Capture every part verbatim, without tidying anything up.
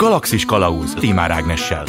Galaxis Kalauz Tímár Ágnessel.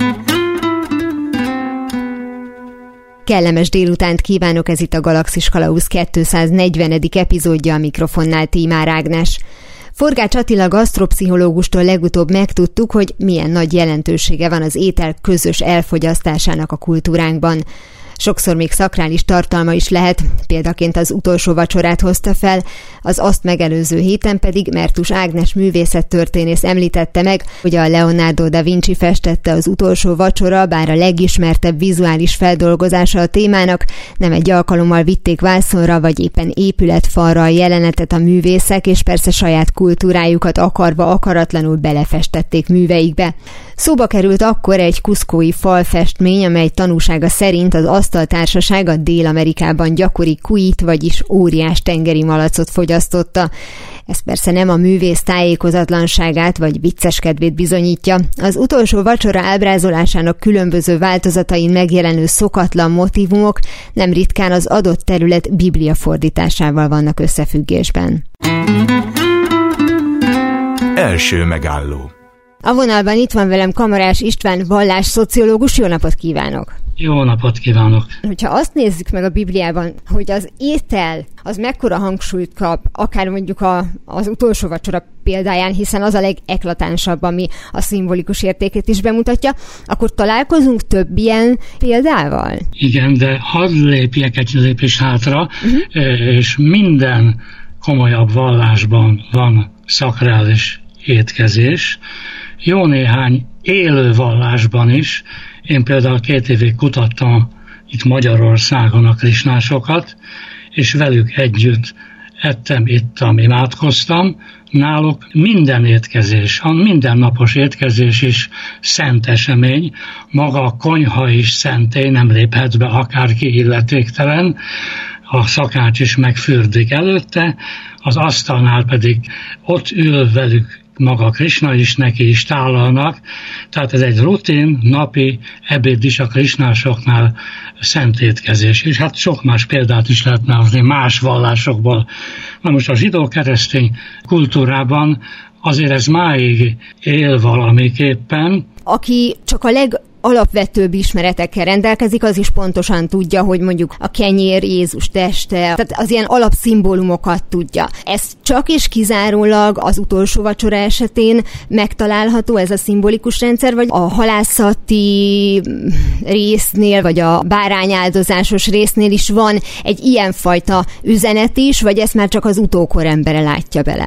Kellemes délutánt kívánok, ez itt a Galaxis Kalauz kétszáznegyvenedik epizódja, a mikrofonnál Tímár Ágnes. Forgács Attila gasztropszichológustól legutóbb megtudtuk, hogy milyen nagy jelentősége van az étel közös elfogyasztásának a kultúránkban. Sokszor még szakrális tartalma is lehet, példaként az utolsó vacsorát hozta fel, az azt megelőző héten pedig Mertus Ágnes művészettörténész említette meg, hogy a Leonardo da Vinci festette az utolsó vacsora, bár a legismertebb vizuális feldolgozása a témának, nem egy alkalommal vitték vászonra, vagy éppen épületfalra a jelenetet a művészek, és persze saját kultúrájukat akarva akaratlanul belefestették műveikbe. Szóba került akkor egy kuszkói falfestmény, amely tanúsága szerint az asztaltársaság a Dél-Amerikában gyakori kuit, vagyis óriás tengeri malacot fogyasztotta. Ez persze nem a művész tájékozatlanságát vagy vicceskedvét bizonyítja. Az utolsó vacsora ábrázolásának különböző változatain megjelenő szokatlan motívumok nem ritkán az adott terület biblia fordításával vannak összefüggésben. Első megálló. A vonalban itt van velem Kamarás István vallásszociológus. Jó napot kívánok! Jó napot kívánok! Hogyha azt nézzük meg a Bibliában, hogy az étel az mekkora hangsúlyt kap, akár mondjuk a, az utolsó vacsora példáján, hiszen az a legeklatánsabb, ami a szimbolikus értékét is bemutatja, akkor találkozunk több ilyen példával? Igen, de hadd lépjek egy lépés hátra, uh-huh. és minden komolyabb vallásban van szakrális étkezés, jó néhány élő vallásban is. Én például két évig kutattam itt Magyarországon a krisnásokat, és velük együtt ettem, ittam, imádkoztam. Náluk minden étkezés, a mindennapos étkezés is szent esemény, maga a konyha is szentély, nem léphetsz be akárki illetéktelen, a szakács is megfürdik előtte, az asztalnál pedig ott ül velük maga Krisna is, neki is tálalnak, tehát ez egy rutin, napi ebéd is a krisnásoknál szent étkezés. És hát sok más példát is lehetne hozni más vallásokból. Na most a zsidó-keresztény kultúrában azért ez máig él valamiképpen. Aki csak a leg alapvetőbb ismeretekkel rendelkezik, az is pontosan tudja, hogy mondjuk a kenyér Jézus teste, tehát az ilyen alapszimbólumokat tudja. Ez csak és kizárólag az utolsó vacsora esetén megtalálható ez a szimbolikus rendszer, vagy a halászati résznél, vagy a bárányáldozásos résznél is van egy ilyenfajta üzenet is, vagy ezt már csak az utókor embere látja bele?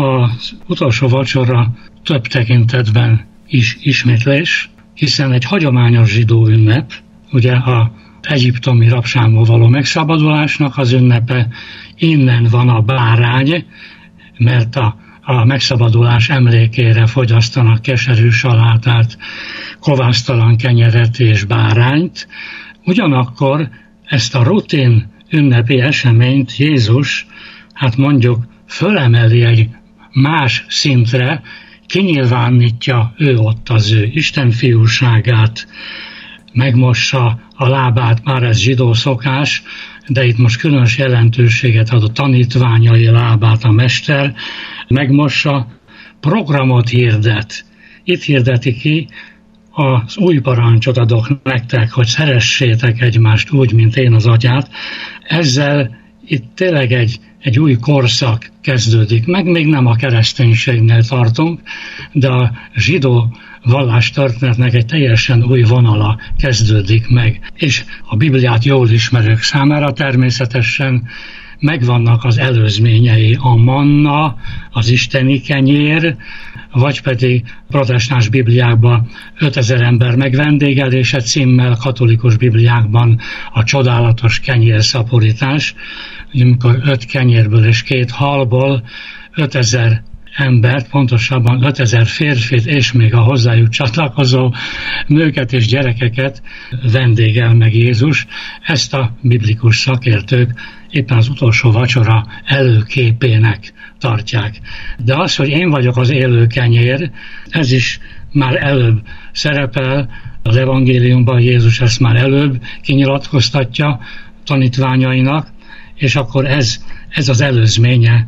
Az utolsó vacsora több tekintetben is ismétlés, hiszen egy hagyományos zsidó ünnep, ugye a egyiptomi rabságból való megszabadulásnak az ünnepe, innen van a bárány, mert a, a megszabadulás emlékére fogyasztanak keserű salátát, kovásztalan kenyeret és bárányt. Ugyanakkor ezt a rutin ünnepi eseményt Jézus, hát mondjuk fölemeli egy más szintre, kinyilvánítja ő ott az ő Isten fiúságát, megmossa a lábát, már ez zsidó szokás, de itt most különös jelentőséget ad a tanítványai lábát a mester, megmossa, programot hirdet. Itt hirdeti ki, az új parancsot adok nektek, hogy szeressétek egymást úgy, mint én az atyát. Ezzel itt tényleg egy Egy új korszak kezdődik meg, még nem a kereszténységnél tartunk, de a zsidó vallástörténetnek egy teljesen új vonala kezdődik meg. És a Bibliát jól ismerők számára természetesen megvannak az előzményei, a manna, az isteni kenyér, vagy pedig protestáns bibliákban ötezer ember megvendégelése címmel, katolikus bibliákban a csodálatos kenyérszaporítás, amikor öt kenyérből és két halból ötezer embert, pontosabban ötezer férfit és még a hozzájuk csatlakozó nőket és gyerekeket vendégel meg Jézus. Ezt a biblikus szakértők éppen az utolsó vacsora előképének tartják. De az, hogy én vagyok az élő kenyér, ez is már előbb szerepel, az evangéliumban Jézus ezt már előbb kinyilatkoztatja tanítványainak, és akkor ez, ez az előzménye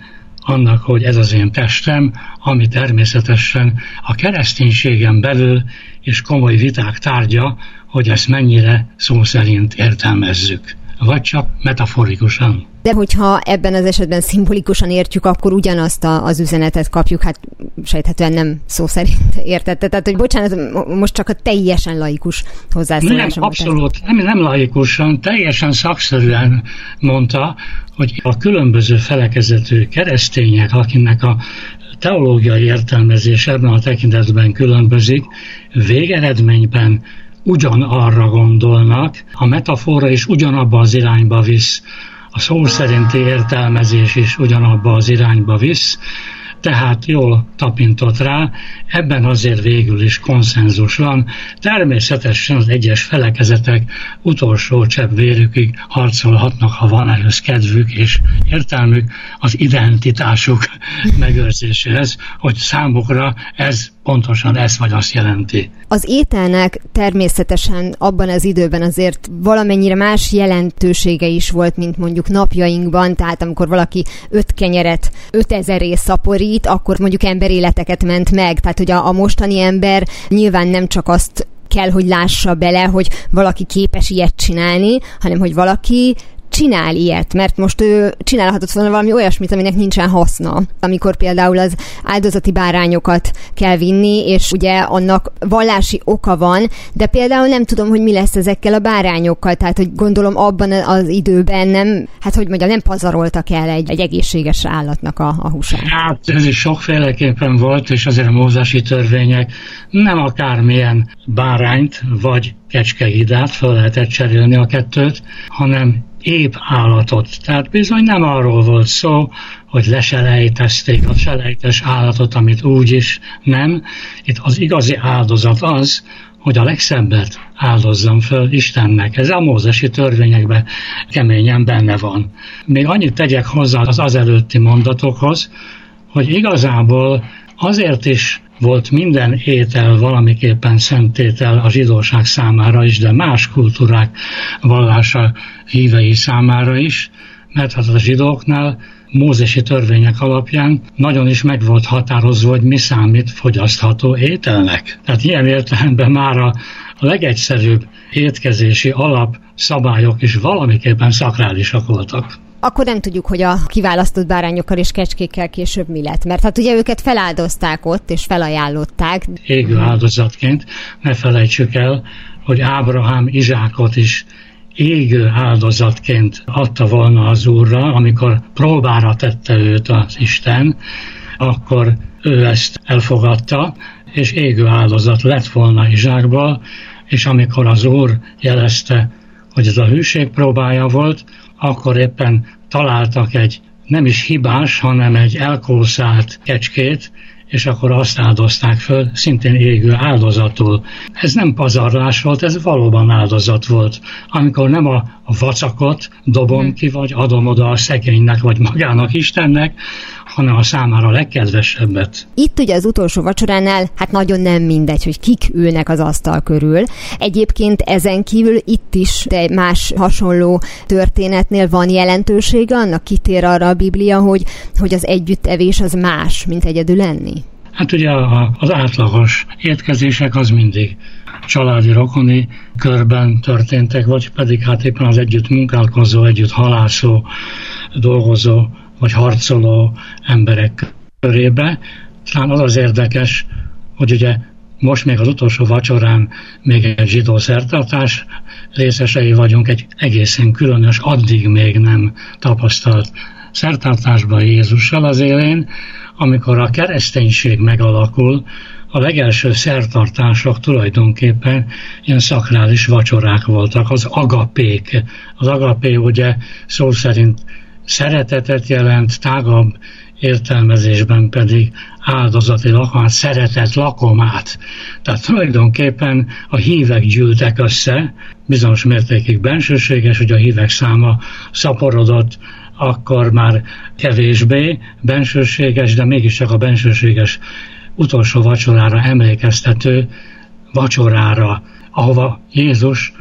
annak, hogy ez az én testem, ami természetesen a kereszténységen belül és komoly viták tárgya, hogy ezt mennyire szó szerint értelmezzük, vagy csak metaforikusan. De hogyha ebben az esetben szimbolikusan értjük, akkor ugyanazt a, az üzenetet kapjuk, hát sejthetően nem szó szerint értette. Tehát, hogy bocsánat, most csak a teljesen laikus hozzászólásom. Nem, abszolút, nem, nem laikusan, teljesen szakszerűen mondta, hogy a különböző felekezetű keresztények, akinek a teológiai értelmezés ebben a tekintetben különbözik, végeredményben ugyanarra gondolnak, a metafora is ugyanabba az irányba visz, a szó szerinti értelmezés is ugyanabba az irányba visz, tehát jól tapintott rá, ebben azért végül is konszenzus van. Természetesen az egyes felekezetek utolsó csepp vérükig harcolhatnak, ha van ehhez kedvük és értelmük az identitásuk megőrzéséhez, hogy számukra ez pontosan ezt vagy azt jelenti. Az ételnek természetesen abban az időben azért valamennyire más jelentősége is volt, mint mondjuk napjainkban, tehát amikor valaki öt kenyeret ötezeré szaporít, akkor mondjuk emberéleteket ment meg, tehát hogy a, a mostani ember nyilván nem csak azt kell, hogy lássa bele, hogy valaki képes ilyet csinálni, hanem hogy valaki csinál ilyet, mert most ő csinálhatott volna valami olyasmit, aminek nincsen haszna. Amikor például az áldozati bárányokat kell vinni, és ugye annak vallási oka van, de például nem tudom, hogy mi lesz ezekkel a bárányokkal, tehát hogy gondolom abban az időben nem, hát hogy mondjam, nem pazaroltak el egy, egy egészséges állatnak a, a húsát. Hát ez is sokféleképpen volt, és azért a mózesi törvények nem akármilyen bárányt vagy kecskehidát, fel lehetett cserélni a kettőt, hanem épp állatot. Tehát bizony nem arról volt szó, hogy leselejtezték a selejtes állatot, amit úgyis nem. Itt az igazi áldozat az, hogy a legszebbet áldozzam föl Istennek. Ez a mózesi törvényekben keményen benne van. Még annyit tegyek hozzá az azelőtti mondatokhoz, hogy igazából azért is volt minden étel valamiképpen szentétel a zsidóság számára is, de más kultúrák vallása hívei számára is, mert hát a zsidóknál mózesi törvények alapján nagyon is meg volt határozva, hogy mi számít fogyasztható ételnek. Tehát ilyen értelemben már a legegyszerűbb étkezési alapszabályok is valamiképpen szakrálisak voltak. Akkor nem tudjuk, hogy a kiválasztott bárányokkal és kecskékkel később mi lett. Mert hát ugye őket feláldozták ott, és felajánlották. Égő áldozatként ne felejtsük el, hogy Ábrahám Izsákot is égő áldozatként adta volna az Úrra, amikor próbára tette őt az Isten, akkor ő ezt elfogadta, és égő áldozat lett volna Izsákból, és amikor az Úr jelezte, hogy ez a hűség próbája volt, akkor éppen találtak egy nem is hibás, hanem egy elkószált kecskét, és akkor azt áldozták föl, szintén égő áldozatul. Ez nem pazarlás volt, ez valóban áldozat volt. Amikor nem a, a vacakot dobom ki, vagy adom oda a szegénynek, vagy magának Istennek, hanem a számára a legkedvesebbet. Itt ugye az utolsó vacsoránál, hát nagyon nem mindegy, hogy kik ülnek az asztal körül. Egyébként ezen kívül itt is, de más hasonló történetnél van jelentősége, annak kitér arra a Biblia, hogy, hogy az együttevés az más, mint egyedül enni. Hát ugye az átlagos étkezések az mindig családi, rokoni körben történtek, vagy pedig hát éppen az együtt munkálkozó, együtt halászó, dolgozó, vagy harcoló emberek körébe. Talán az az érdekes, hogy ugye most még az utolsó vacsorán még egy zsidó szertartás részesei vagyunk, egy egészen különös, addig még nem tapasztalt szertartásban Jézussal az élén, amikor a kereszténység megalakul, a legelső szertartások tulajdonképpen ilyen szakrális vacsorák voltak, az agapék. Az agapé ugye szó szerint szeretetet jelent, tágabb értelmezésben pedig áldozati lakomát, szeretet lakomát. Tehát tulajdonképpen a hívek gyűltek össze, bizonyos mértékig bensőséges, hogy a hívek száma szaporodott, akkor már kevésbé bensőséges, de mégiscsak a bensőséges utolsó vacsorára emlékeztető vacsorára, ahova Jézus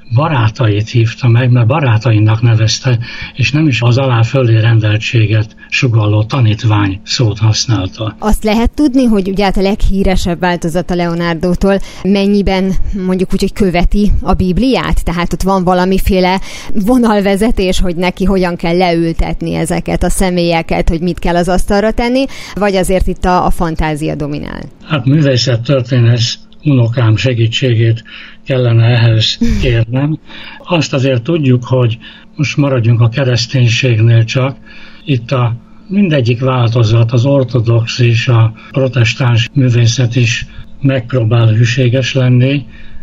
barátait hívta meg, mert barátainak nevezte, és nem is az alá fölé rendeltséget sugalló tanítvány szót használta. Azt lehet tudni, hogy ugye hát a leghíresebb változata Leonardótól mennyiben mondjuk úgy, hogy követi a Bibliát? Tehát ott van valamiféle vonalvezetés, hogy neki hogyan kell leültetni ezeket a személyeket, hogy mit kell az asztalra tenni, vagy azért itt a, a fantázia dominál? Hát művészettörténész unokám segítségét kellene ehhez kérnem. Azt azért tudjuk, hogy most maradjunk a kereszténységnél csak, itt a mindegyik változat, az ortodox és a protestáns művészet is megpróbál hűséges lenni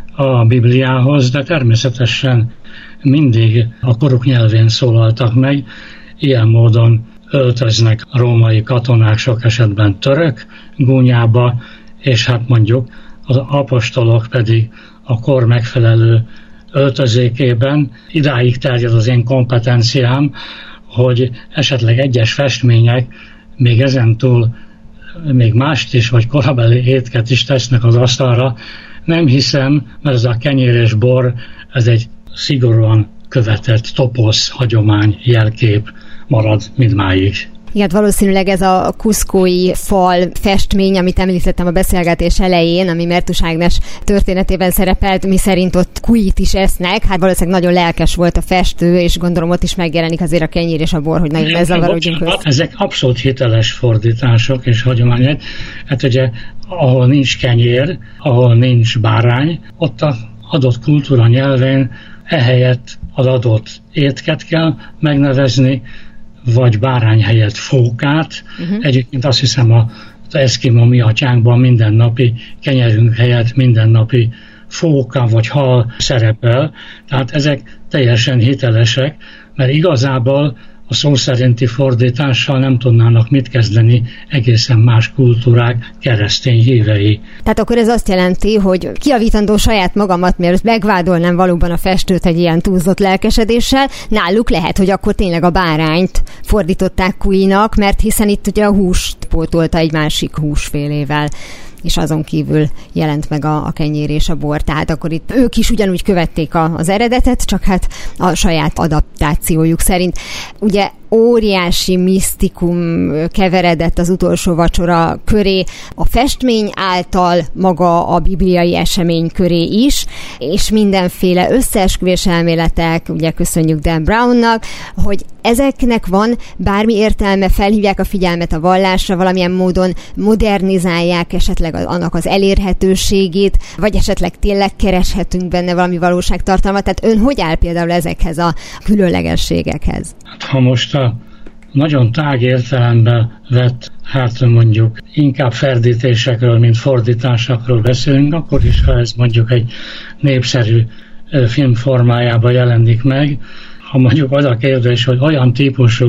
a Bibliához, de természetesen mindig a koruk nyelvén szólaltak meg, ilyen módon öltöznek a római katonák sok esetben török gúnyába, és hát mondjuk az apostolok pedig a kor megfelelő öltözékében. Idáig terjed az én kompetenciám, hogy esetleg egyes festmények még ezentúl még mást is, vagy korabeli étket is tesznek az asztalra. Nem hiszem, mert ez a kenyér és bor, ez egy szigorúan követett toposz hagyomány, jelkép marad mindmáig. Igen, valószínűleg ez a kuszkói fal festmény, amit említettem a beszélgetés elején, ami Mertus Ágnes történetében szerepelt, mi szerint ott kujit is esznek, hát valószínűleg nagyon lelkes volt a festő, és gondolom ott is megjelenik azért a kenyér és a bor, hogy nagyon ne zavarodjunk össze. Ezek abszolút hiteles fordítások és hagyományok. Hát ugye, ahol nincs kenyér, ahol nincs bárány, ott az adott kultúra nyelvén ehelyett az adott étket kell megnevezni, vagy bárány helyett fókát. Uh-huh. Egyébként azt hiszem az eszkimó mi atyánkban mindennapi kenyerünk helyett mindennapi fóka vagy hal szerepel. Tehát ezek teljesen hitelesek, mert igazából a szó szerinti fordítással nem tudnának mit kezdeni egészen más kultúrák keresztény hívei. Tehát akkor ez azt jelenti, hogy kijavítandó saját magamat, mielőtt megvádolnám valóban a festőt egy ilyen túlzott lelkesedéssel, náluk lehet, hogy akkor tényleg a bárányt fordították kuinak, mert hiszen itt ugye a húst pótolta egy másik húsfélével, és azon kívül jelent meg a, a kenyér és a bor. Tehát akkor itt ők is ugyanúgy követték a, az eredetet, csak hát a saját adaptációjuk szerint. Ugye óriási misztikum keveredett az utolsó vacsora köré, a festmény által maga a bibliai esemény köré is, és mindenféle összeesküvés elméletek, ugye köszönjük Dan Brownnak, hogy ezeknek van bármi értelme, felhívják a figyelmet a vallásra, valamilyen módon modernizálják esetleg annak az elérhetőségét, vagy esetleg tényleg kereshetünk benne valami valóságtartalmat. Tehát ön hogy áll például ezekhez a különlegességekhez? Ha most a nagyon tág értelemben vett, hát mondjuk inkább ferdítésekről, mint fordításokról beszélünk, akkor is, ha ez mondjuk egy népszerű film formájában jelenik meg, ha mondjuk az a kérdés, hogy olyan típusú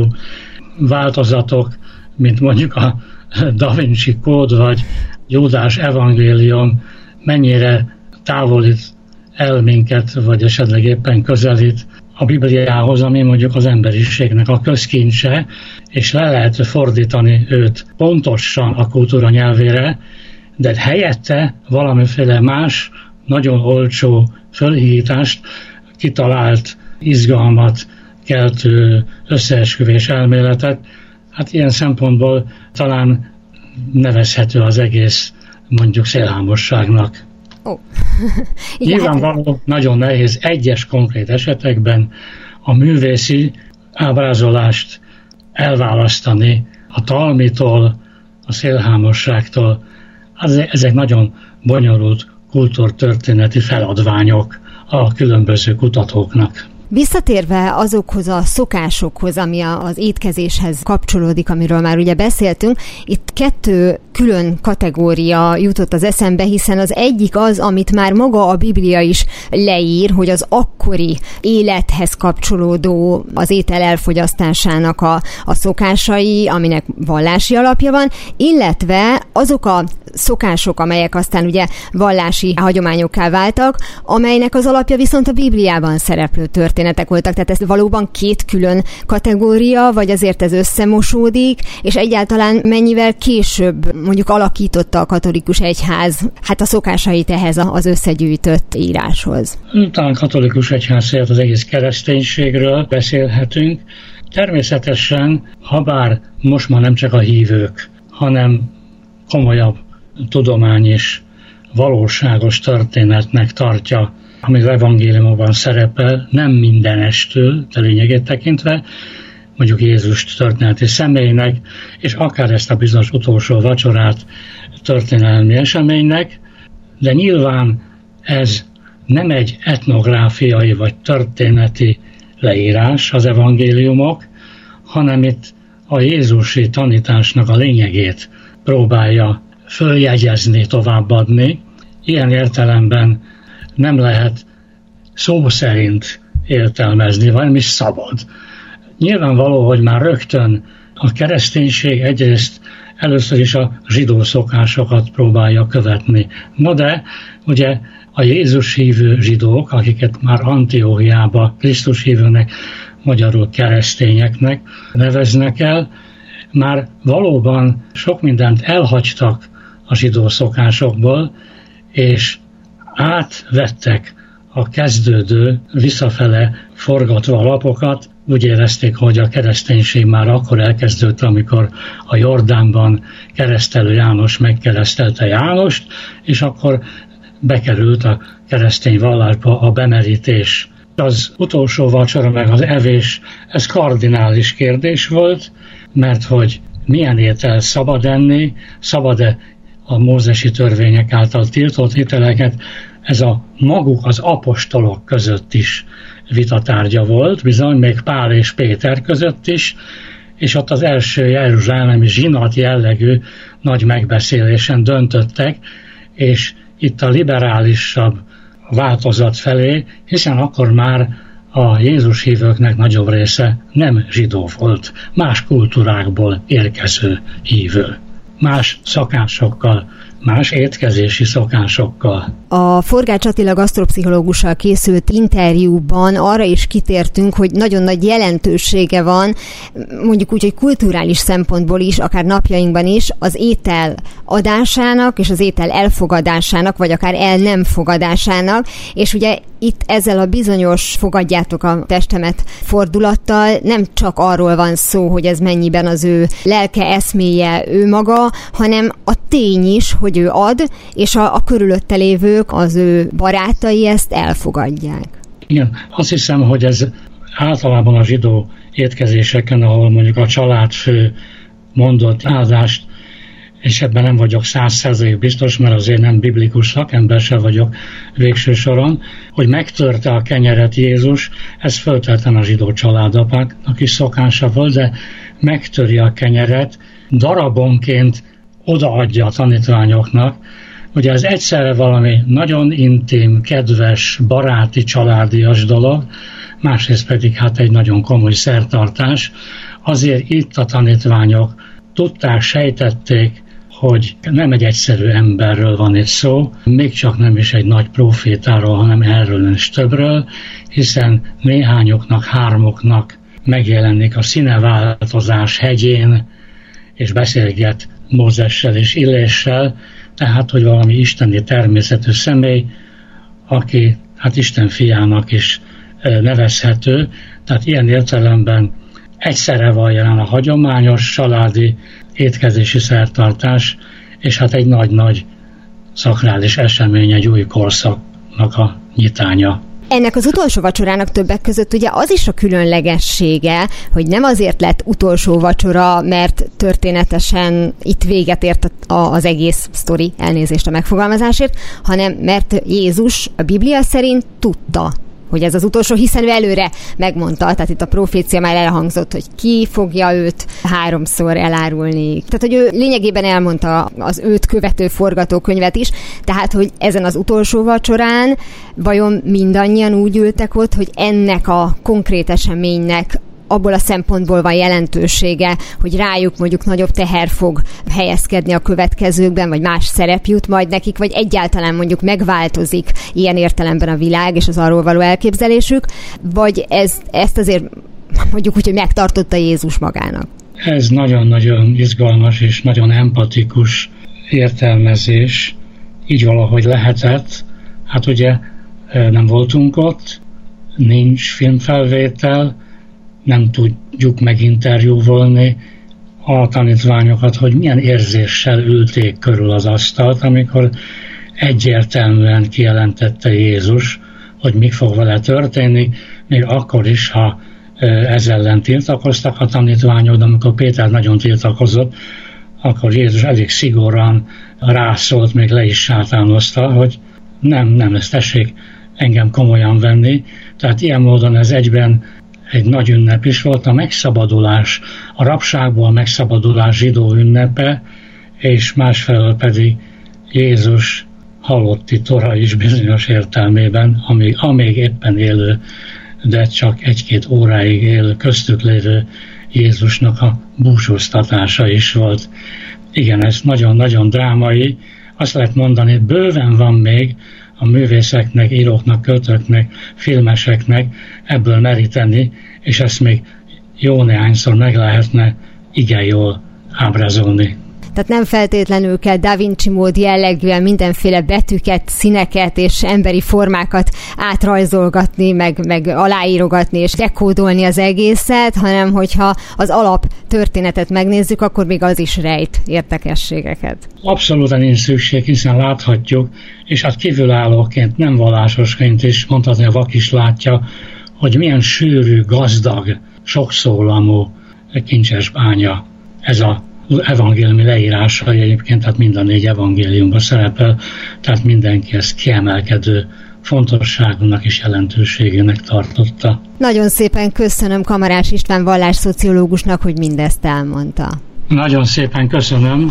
változatok, mint mondjuk a Da Vinci Kód, vagy Júdás evangélium mennyire távolít el minket, vagy esetleg éppen közelít a Bibliához, ami mondjuk az emberiségnek a közkincse, és le lehet fordítani őt pontosan a kultúra nyelvére, de helyette valamiféle más, nagyon olcsó fölhívítást, kitalált izgalmat keltő összeesküvés elméletet. Hát ilyen szempontból talán nevezhető az egész mondjuk szélhámosságnak. Oh. Nyilvánvaló nagyon nehéz egyes konkrét esetekben a művészi ábrázolást elválasztani a talmitól, a szélhámosságtól. Ezek nagyon bonyolult kultúrtörténeti feladványok a különböző kutatóknak. Visszatérve azokhoz a szokásokhoz, ami az étkezéshez kapcsolódik, amiről már ugye beszéltünk, itt kettő külön kategória jutott az eszembe, hiszen az egyik az, amit már maga a Biblia is leír, hogy az akkori élethez kapcsolódó az étel elfogyasztásának a, a szokásai, aminek vallási alapja van, illetve azok a szokások, amelyek aztán ugye vallási hagyományokká váltak, amelynek az alapja viszont a Bibliában szereplő történet. történetek voltak, tehát ez valóban két külön kategória, vagy azért ez összemosódik, és egyáltalán mennyivel később mondjuk alakította a katolikus egyház hát a szokásait ehhez az összegyűjtött íráshoz? Talán katolikus egyház helyett az egész kereszténységről beszélhetünk. Természetesen, habár most már nem csak a hívők, hanem komolyabb tudomány is valóságos történetnek tartja, ami az evangéliumokban szerepel, nem mindenestől, de lényegét tekintve, mondjuk Jézus történeti személynek, és akár ezt a bizonyos utolsó vacsorát történelmi eseménynek, de nyilván ez nem egy etnográfiai vagy történeti leírás az evangéliumok, hanem itt a jézusi tanításnak a lényegét próbálja följegyezni, továbbadni. Ilyen értelemben nem lehet szó szerint értelmezni, vagy nem is szabad. Nyilvánvaló, hogy már rögtön a kereszténység egyrészt először is a zsidó szokásokat próbálja követni. No de ugye a Jézus hívő zsidók, akiket már Antióhiába Krisztus hívőnek, magyarul keresztényeknek neveznek el, már valóban sok mindent elhagytak a zsidó szokásokból, és átvettek a kezdődő, visszafele forgatva a lapokat. Úgy érezték, hogy a kereszténység már akkor elkezdődött, amikor a Jordánban keresztelő János megkeresztelte Jánost, és akkor bekerült a keresztény vallásba a bemerítés. Az utolsó vacsora meg az evés, ez kardinális kérdés volt, mert hogy milyen étel szabad enni, szabad-e a mózesi törvények által tiltott ételeket, ez a maguk az apostolok között is vitatárgya volt, bizony még Pál és Péter között is, és ott az első jeruzsálemi zsinat jellegű nagy megbeszélésen döntöttek, és itt a liberálisabb változat felé, hiszen akkor már a Jézus hívőknek nagyobb része nem zsidó volt, más kultúrákból érkező hívő, más szokásokkal, más étkezési szokásokkal. A Forgács Attila gasztropszichológussal készült interjúban arra is kitértünk, hogy nagyon nagy jelentősége van, mondjuk úgy, hogy kulturális szempontból is, akár napjainkban is, az étel adásának és az étel elfogadásának, vagy akár el nem fogadásának, és ugye itt ezzel a bizonyos fogadjátok a testemet fordulattal nem csak arról van szó, hogy ez mennyiben az ő lelke, eszméje, ő maga, hanem a tény is, hogy ő ad, és a, a körülötte lévők, az ő barátai ezt elfogadják. Igen, azt hiszem, hogy ez általában a zsidó étkezéseken, ahol mondjuk a családfő mondott áldást, és ebben nem vagyok száz százalék biztos, mert azért nem biblikus szakember se vagyok végső soron, hogy megtörte a kenyeret Jézus, ez föltétlenül a zsidó családapáknak is szokása volt, de megtöri a kenyeret, darabonként odaadja a tanítványoknak. Ugye ez egyszerre valami nagyon intim, kedves, baráti, családias dolog, másrészt pedig hát egy nagyon komoly szertartás. Azért itt a tanítványok tudták, sejtették, hogy nem egy egyszerű emberről van itt szó, még csak nem is egy nagy profétáról, hanem erről is többről, hiszen néhányoknak, hármoknak megjelenik a színeváltozás hegyén, és beszélget Mózessel és Illéssel, tehát, hogy valami isteni természetű személy, aki hát Isten fiának is nevezhető, tehát ilyen értelemben egyszerre van jelen a hagyományos családi étkezési szertartás, és hát egy nagy-nagy szakrális esemény, egy új korszaknak a nyitánya. Ennek az utolsó vacsorának többek között ugye az is a különlegessége, hogy nem azért lett utolsó vacsora, mert történetesen itt véget ért az egész sztori, elnézést a megfogalmazásért, hanem mert Jézus a Biblia szerint tudta, hogy ez az utolsó, hiszen ő előre megmondta, tehát itt a profécia már elhangzott, hogy ki fogja őt háromszor elárulni. Tehát, hogy ő lényegében elmondta az őt követő forgatókönyvet is, tehát, hogy ezen az utolsó vacsorán vajon mindannyian úgy ültek ott, hogy ennek a konkrét eseménynek abból a szempontból van jelentősége, hogy rájuk mondjuk nagyobb teher fog helyezkedni a következőkben, vagy más szerep jut majd nekik, vagy egyáltalán mondjuk megváltozik ilyen értelemben a világ és az arról való elképzelésük, vagy ez, ezt azért mondjuk úgy, hogy megtartotta Jézus magának? Ez nagyon-nagyon izgalmas és nagyon empatikus értelmezés, így valahogy lehetett. Hát ugye nem voltunk ott, nincs filmfelvétel, nem tudjuk meginterjúvolni a tanítványokat, hogy milyen érzéssel ülték körül az asztalt, amikor egyértelműen kijelentette Jézus, hogy mi fog vele történni, még akkor is, ha ez ellen tiltakoztak a tanítványok, de amikor Péter nagyon tiltakozott, akkor Jézus elég szigorúan rászólt, még le is sátánozta, hogy nem, nem, ezt tessék engem komolyan venni. Tehát ilyen módon ez egyben egy nagy ünnep is volt, a megszabadulás, a rabságból megszabadulás zsidó ünnepe, és másfelől pedig Jézus halotti tora is bizonyos értelmében, amíg, amíg éppen élő, de csak egy-két óráig élő, köztük lévő Jézusnak a búcsúztatása is volt. Igen, ez nagyon-nagyon drámai. Azt lehet mondani, bőven van még a művészeknek, íróknak, költőknek, filmeseknek ebből meríteni, és ezt még jó néhányszor meg lehetne igen jól ábrázolni. Tehát nem feltétlenül kell Da Vinci mód jellegűen mindenféle betűket, színeket és emberi formákat átrajzolgatni, meg, meg aláírogatni és dekódolni az egészet, hanem hogyha az alap történetet megnézzük, akkor még az is rejt érdekességeket. Abszolút nincs szükség, hiszen láthatjuk, és hát kívülállóként, nem vallásosként is mondhatni, a vak is látja, hogy milyen sűrű, gazdag, sokszólamú kincses bánya ez a evangéliumi leírásai egyébként, tehát mind a négy evangéliumban szerepel, tehát mindenki ezt kiemelkedő fontosságúnak és jelentőségének tartotta. Nagyon szépen köszönöm Kamarás István vallásszociológusnak, hogy mindezt elmondta. Nagyon szépen köszönöm.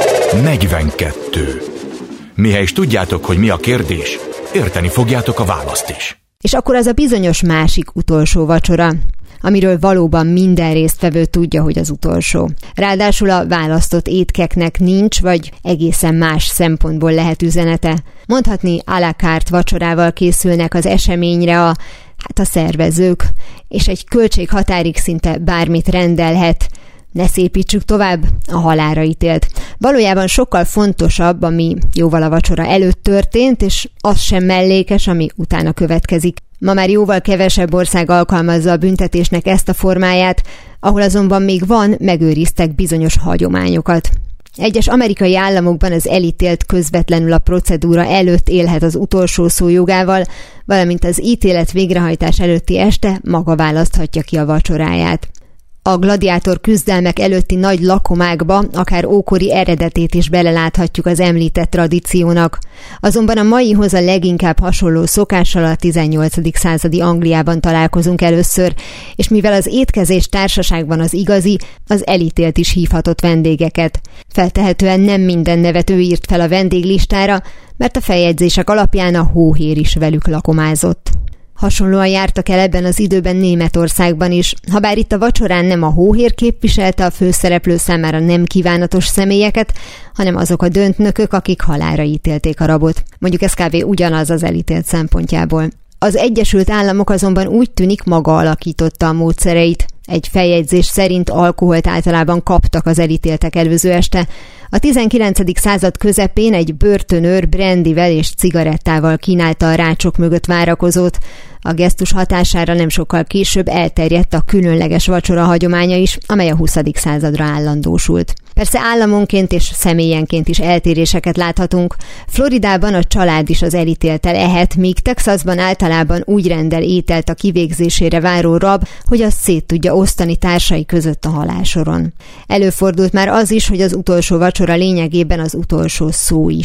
negyvenkettő. Mihely is tudjátok, hogy mi a kérdés, érteni fogjátok a választ is. És akkor az a bizonyos másik utolsó vacsora, amiről valóban minden résztvevő tudja, hogy az utolsó. Ráadásul a választott étkeknek nincs, vagy egészen más szempontból lehet üzenete. Mondhatni à la carte vacsorával készülnek az eseményre a, hát a szervezők, és egy költséghatárig szinte bármit rendelhet. Ne szépítsük tovább, a halálra ítélt. Valójában sokkal fontosabb, ami jóval a vacsora előtt történt, és az sem mellékes, ami utána következik. Ma már jóval kevesebb ország alkalmazza a büntetésnek ezt a formáját, ahol azonban még van, megőriztek bizonyos hagyományokat. Egyes amerikai államokban az elítélt közvetlenül a procedúra előtt élhet az utolsó szó jogával, valamint az ítélet végrehajtás előtti este maga választhatja ki a vacsoráját. A gladiátor küzdelmek előtti nagy lakomákba akár ókori eredetét is beleláthatjuk az említett tradíciónak. Azonban a maihoz a leginkább hasonló szokással a tizennyolcadik századi Angliában találkozunk először, és mivel az étkezés társaságban az igazi, az elítélt is hívhatott vendégeket. Feltehetően nem minden nevető írt fel a vendéglistára, mert a feljegyzések alapján a hóhér is velük lakomázott. Hasonlóan jártak el ebben az időben Németországban is, habár itt a vacsorán nem a hóhér képviselte a főszereplő számára nem kívánatos személyeket, hanem azok a döntnökök, akik halálra ítélték a rabot. Mondjuk ez kb. Ugyanaz az elítélt szempontjából. Az Egyesült Államok azonban úgy tűnik maga alakította a módszereit. Egy feljegyzés szerint alkoholt általában kaptak az elítéltek előző este. A tizenkilencedik század közepén egy börtönőr brandivel és cigarettával kínálta a rácsok mögött várakozót. A gesztus hatására nem sokkal később elterjedt a különleges vacsora hagyománya is, amely a huszadik századra állandósult. Persze államonként és személyenként is eltéréseket láthatunk. Floridában a család is az elítélttel ehet, míg Texasban általában úgy rendel ételt a kivégzésére váró rab, hogy azt szét tudja osztani társai között a halálsoron. Előfordult már az is, hogy az utolsó vacsora lényegében az utolsó szó is.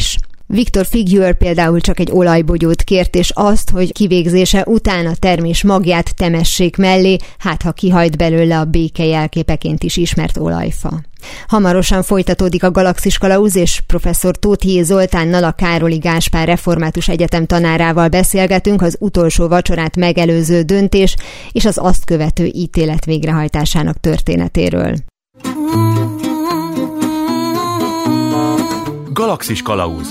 Victor Figuier például csak egy olajbogyót kért, és azt, hogy kivégzése után a termés magját temessék mellé, hát ha kihajt belőle a béke jelképeként is ismert olajfa. Hamarosan folytatódik a Galaxis Kalauz, és professzor Tóth J. Zoltánnal, a Károli Gáspár Református Egyetem tanárával beszélgetünk az utolsó vacsorát megelőző döntés és az azt követő ítélet végrehajtásának történetéről. Galaxis Kalauz.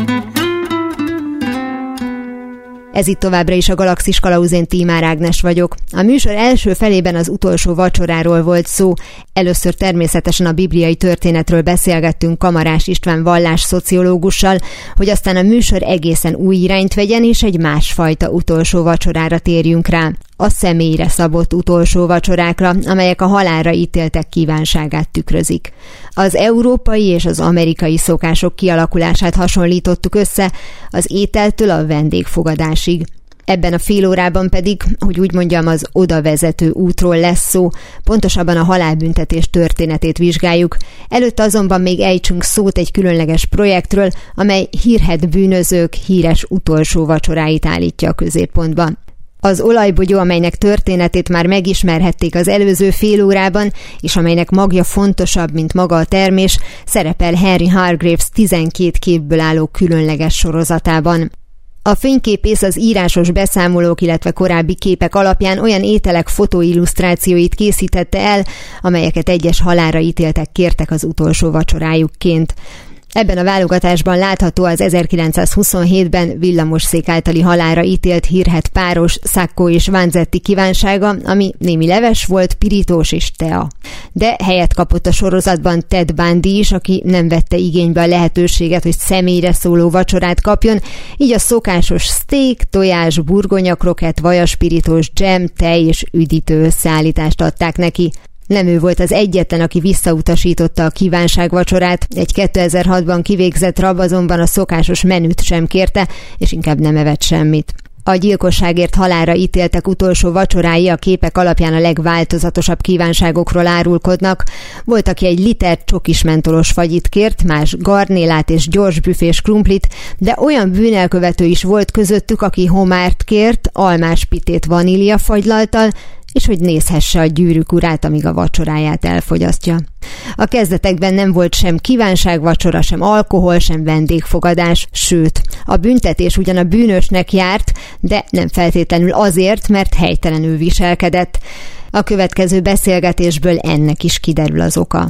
Ez itt továbbra is a Galaxis Kalauz, én Tímár Ágnes vagyok. A műsor első felében az utolsó vacsoráról volt szó. Először természetesen a bibliai történetről beszélgettünk Kamarás István vallásszociológussal, hogy aztán a műsor egészen új irányt vegyen, és egy másfajta utolsó vacsorára térjünk rá. A személyre szabott utolsó vacsorákra, amelyek a halálra ítéltek kívánságát tükrözik. Az európai és az amerikai szokások kialakulását hasonlítottuk össze, az ételtől a vendégfogadásig. Ebben a fél órában pedig, hogy úgy mondjam, az oda vezető útról lesz szó, pontosabban a halálbüntetés történetét vizsgáljuk. Előtte azonban még ejtsünk szót egy különleges projektről, amely hírhedt bűnözők híres utolsó vacsoráit állítja a középpontba. Az olajbogyó, amelynek történetét már megismerhették az előző fél órában, és amelynek magja fontosabb, mint maga a termés, szerepel Henry Hargreaves tizenkét képből álló különleges sorozatában. A fényképész az írásos beszámolók, illetve korábbi képek alapján olyan ételek fotóillusztrációit készítette el, amelyeket egyes halálra ítéltek kértek az utolsó vacsorájukként. Ebben a válogatásban látható az ezerkilencszázhuszonhétben villamosszék általi halálra ítélt hírhedt páros Sacco és Vanzetti kívánsága, ami némi leves volt, pirítós és tea. De helyet kapott a sorozatban Ted Bundy is, aki nem vette igénybe a lehetőséget, hogy személyre szóló vacsorát kapjon, így a szokásos steak, tojás, burgonya, krokett, vajaspirítós, dzsem, tej és üdítő összeállítást adták neki. Nem ő volt az egyetlen, aki visszautasította a kívánságvacsorát, egy kétezer-hatban kivégzett rab azonban a szokásos menüt sem kérte, és inkább nem evett semmit. A gyilkosságért halálra ítéltek utolsó vacsorái a képek alapján a legváltozatosabb kívánságokról árulkodnak. Volt, aki egy liter csokismentolos fagyit kért, más garnélát és gyors büfés krumplit, de olyan bűnelkövető is volt közöttük, aki homárt kért, almás pitét vaníliafagyllattal, és hogy nézhesse a gyűrűk urát, amíg a vacsoráját elfogyasztja. A kezdetekben nem volt sem kívánságvacsora, sem alkohol, sem vendégfogadás, sőt, a büntetés ugyan a bűnösnek járt, de nem feltétlenül azért, mert helytelenül viselkedett. A következő beszélgetésből ennek is kiderül az oka.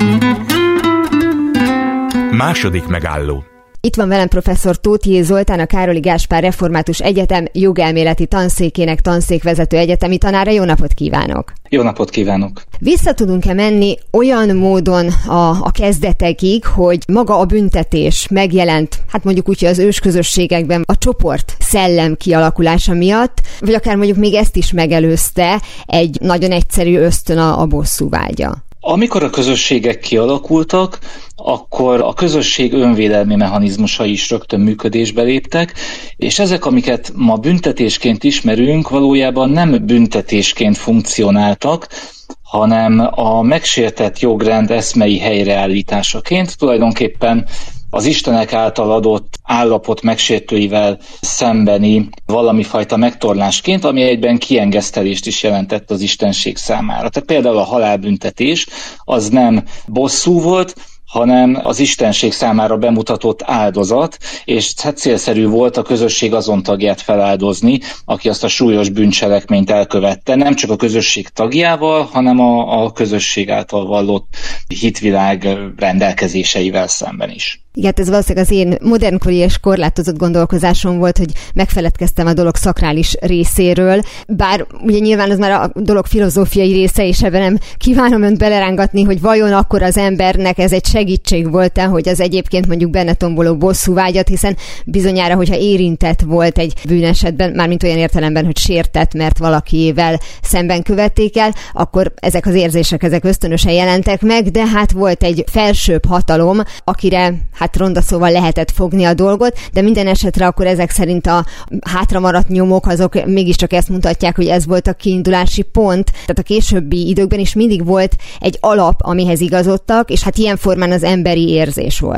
Második megálló. Itt van velem professzor Tóth J. Zoltán, a Károli Gáspár Református Egyetem jogelméleti tanszékének tanszékvezető egyetemi tanára. Jó napot kívánok! Jó napot kívánok! Vissza tudunk-e menni olyan módon a, a kezdetekig, hogy maga a büntetés megjelent, hát mondjuk úgy, hogy az ősközösségekben a csoport szellem kialakulása miatt, vagy akár mondjuk még ezt is megelőzte egy nagyon egyszerű ösztön, a, a bosszúvágya? Amikor a közösségek kialakultak, akkor a közösség önvédelmi mechanizmusai is rögtön működésbe léptek, és ezek, amiket ma büntetésként ismerünk, valójában nem büntetésként funkcionáltak, hanem a megsértett jogrend eszmei helyreállításaként, tulajdonképpen az Istenek által adott állapot megsértőivel szembeni valamifajta megtorlásként, ami egyben kiengesztelést is jelentett az istenség számára. Tehát például a halálbüntetés az nem bosszú volt, hanem az istenség számára bemutatott áldozat, és hát célszerű volt a közösség azon tagját feláldozni, aki azt a súlyos bűncselekményt elkövette, nem csak a közösség tagjával, hanem a, a közösség által vallott hitvilág rendelkezéseivel szemben is. Igen, ez valószínűleg az én modernkori és korlátozott gondolkozásom volt, hogy megfeledkeztem a dolog szakrális részéről, bár ugye nyilván az már a dolog filozófiai része, és ebben nem kívánom önt belerángatni, hogy vajon akkor az embernek ez egy segítség volt-e, hogy az egyébként mondjuk benne tomboló bosszúvágyat, hiszen bizonyára, hogyha érintett volt egy bűnesetben, mármint olyan értelemben, hogy sértett, mert valakivel szemben követték el, akkor ezek az érzések, ezek ösztönösen jelentek meg, de hát volt egy felsőbb hatalom, akire hát ronda szóval lehetett fogni a dolgot, de minden esetre akkor ezek szerint a hátramaradt nyomok azok mégiscsak ezt mutatják, hogy ez volt a kiindulási pont. Tehát a későbbi időkben is mindig volt egy alap, amihez igazodtak, és hát ilyen formán az emberi érzés volt.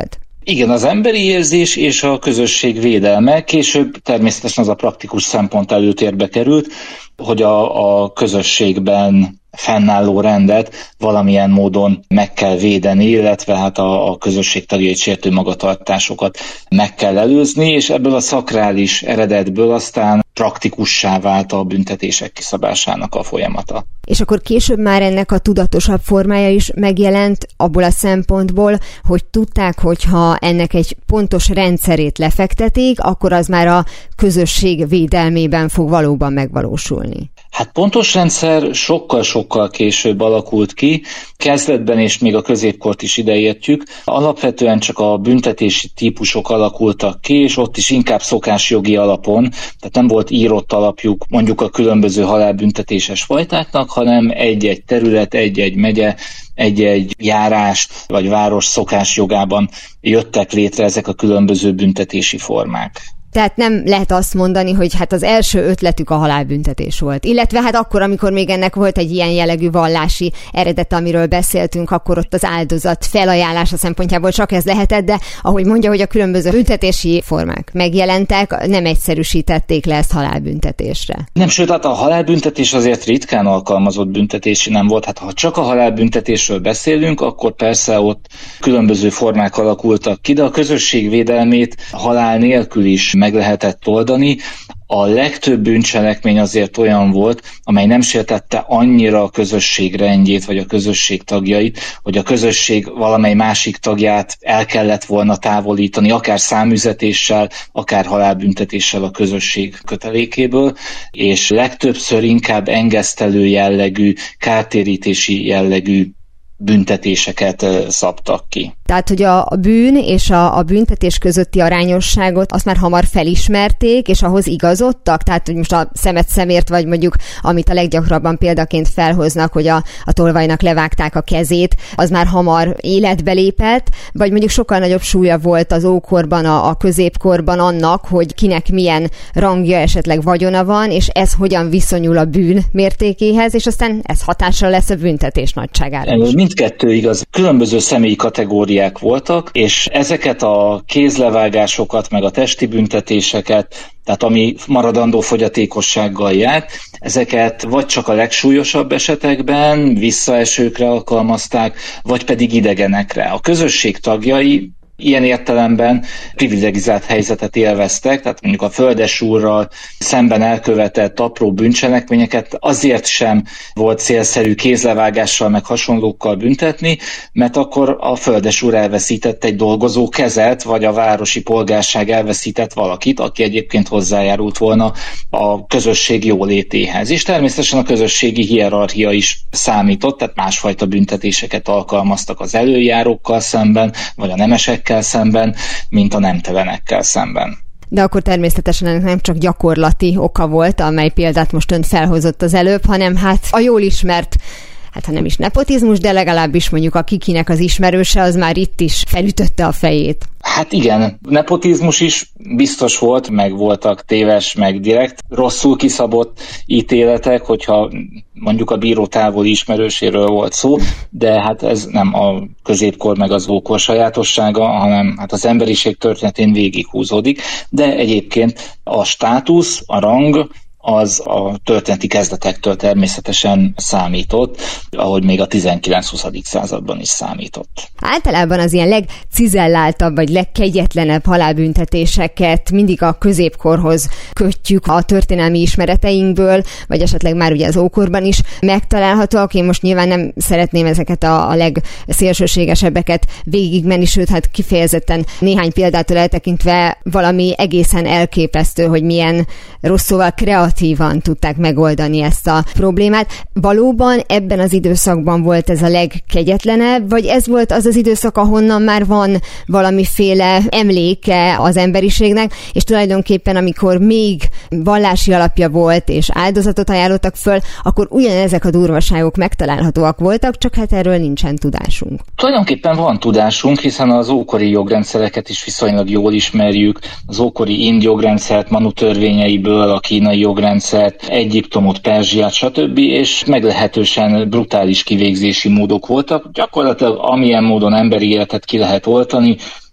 Igen, az emberi érzés és a közösség védelme, később természetesen az a praktikus szempont előtérbe került, hogy a, a közösségben fennálló rendet valamilyen módon meg kell védeni, illetve hát a, a közösség tagjait sértő magatartásokat meg kell előzni, és ebből a szakrális eredetből aztán praktikussá vált a büntetések kiszabásának a folyamata. És akkor később már ennek a tudatosabb formája is megjelent abból a szempontból, hogy tudták, hogyha ennek egy pontos rendszerét lefektetik, akkor az már a közösség védelmében fog valóban megvalósulni. Hát pontos rendszer sokkal-sokkal később alakult ki, kezdetben és még a középkort is ideértjük. Alapvetően csak a büntetési típusok alakultak ki, és ott is inkább szokásjogi alapon, tehát nem volt írott alapjuk mondjuk a különböző halálbüntetéses fajtáknak, hanem egy-egy terület, egy-egy megye, egy-egy járás vagy város szokásjogában jöttek létre ezek a különböző büntetési formák. Tehát nem lehet azt mondani, hogy hát az első ötletük a halálbüntetés volt. Illetve hát akkor, amikor még ennek volt egy ilyen jellegű vallási eredete, amiről beszéltünk, akkor ott az áldozat felajánlása szempontjából csak ez lehetett, de ahogy mondja, hogy a különböző büntetési formák megjelentek, nem egyszerűsítették le ezt halálbüntetésre. Nem, sőt, hát a halálbüntetés azért ritkán alkalmazott büntetési nem volt. Hát ha csak a halálbüntetésről beszélünk, akkor persze ott különböző formák alakultak ki, de a közösség védelmét halál nélkül is meg lehetett oldani. A legtöbb bűncselekmény azért olyan volt, amely nem sértette annyira a közösség rendjét, vagy a közösség tagjait, hogy a közösség valamely másik tagját el kellett volna távolítani, akár száműzetéssel, akár halálbüntetéssel a közösség kötelékéből, és legtöbbször inkább engesztelő jellegű, kártérítési jellegű büntetéseket szabtak ki. Tehát, hogy a bűn és a, a büntetés közötti arányosságot azt már hamar felismerték, és ahhoz igazodtak? Tehát, hogy most a szemet szemért, vagy mondjuk, amit a leggyakrabban példaként felhoznak, hogy a, a tolvajnak levágták a kezét, az már hamar életbe lépett, vagy mondjuk sokkal nagyobb súlya volt az ókorban, a, a középkorban annak, hogy kinek milyen rangja, esetleg vagyona van, és ez hogyan viszonyul a bűn mértékéhez, és aztán ez hatással lesz a büntetés nagyságára is. Mindkettő igaz. Különböző személyi kategóriák voltak, és ezeket a kézlevágásokat, meg a testi büntetéseket, tehát ami maradandó fogyatékossággal járt, ezeket vagy csak a legsúlyosabb esetekben visszaesőkre alkalmazták, vagy pedig idegenekre. A közösség tagjai ilyen értelemben privilegizált helyzetet élveztek, tehát mondjuk a földesúrral szemben elkövetett apró bűncselekményeket azért sem volt célszerű kézlevágással meg hasonlókkal büntetni, mert akkor a földesúr elveszített egy dolgozó kezet, vagy a városi polgárság elveszített valakit, aki egyébként hozzájárult volna a közösség jólétéhez. És természetesen a közösségi hierarchia is számított, tehát másfajta büntetéseket alkalmaztak az előjárókkal szemben, vagy a nemesekkel szemben, mint a nemtelenekkel szemben. De akkor természetesen ennek nem csak gyakorlati oka volt, amely példát most ön felhozott az előbb, hanem hát a jól ismert, hát ha nem is nepotizmus, de legalábbis mondjuk a kikinek az ismerőse, az már itt is felütötte a fejét. Hát igen, nepotizmus is biztos volt, meg voltak téves, meg direkt rosszul kiszabott ítéletek, hogyha mondjuk a bíró távoli ismerőséről volt szó, de hát ez nem a középkor meg az ókor sajátossága, hanem hát az emberiség történetén végighúzódik, de egyébként a státusz, a rang, az a történeti kezdetektől természetesen számított, ahogy még a tizenkilenc-huszadik században is számított. Általában az ilyen legcizelláltabb vagy legkegyetlenebb halálbüntetéseket mindig a középkorhoz kötjük a történelmi ismereteinkből, vagy esetleg már ugye az ókorban is megtalálhatóak. Én most nyilván nem szeretném ezeket a, a legszélsőségesebbeket végigmenni, sőt, hát kifejezetten néhány példától eltekintve valami egészen elképesztő, hogy milyen rosszul kreatív tudták megoldani ezt a problémát. Valóban ebben az időszakban volt ez a legkegyetlenebb, vagy ez volt az az időszak, ahonnan már van valamiféle emléke az emberiségnek, és tulajdonképpen amikor még vallási alapja volt, és áldozatot ajánlottak föl, akkor ugyanezek a durvaságok megtalálhatóak voltak, csak hát erről nincsen tudásunk. Tulajdonképpen van tudásunk, hiszen az ókori jogrendszereket is viszonylag jól ismerjük, az ókori ind jogrendszert, Manu törvényeiből, a kínai jogrendszert, Egyiptomot, Perzsiát, stb. És meglehetősen brutális kivégzési módok voltak. Gyakorlatilag amilyen módon emberi életet ki lehet oltani,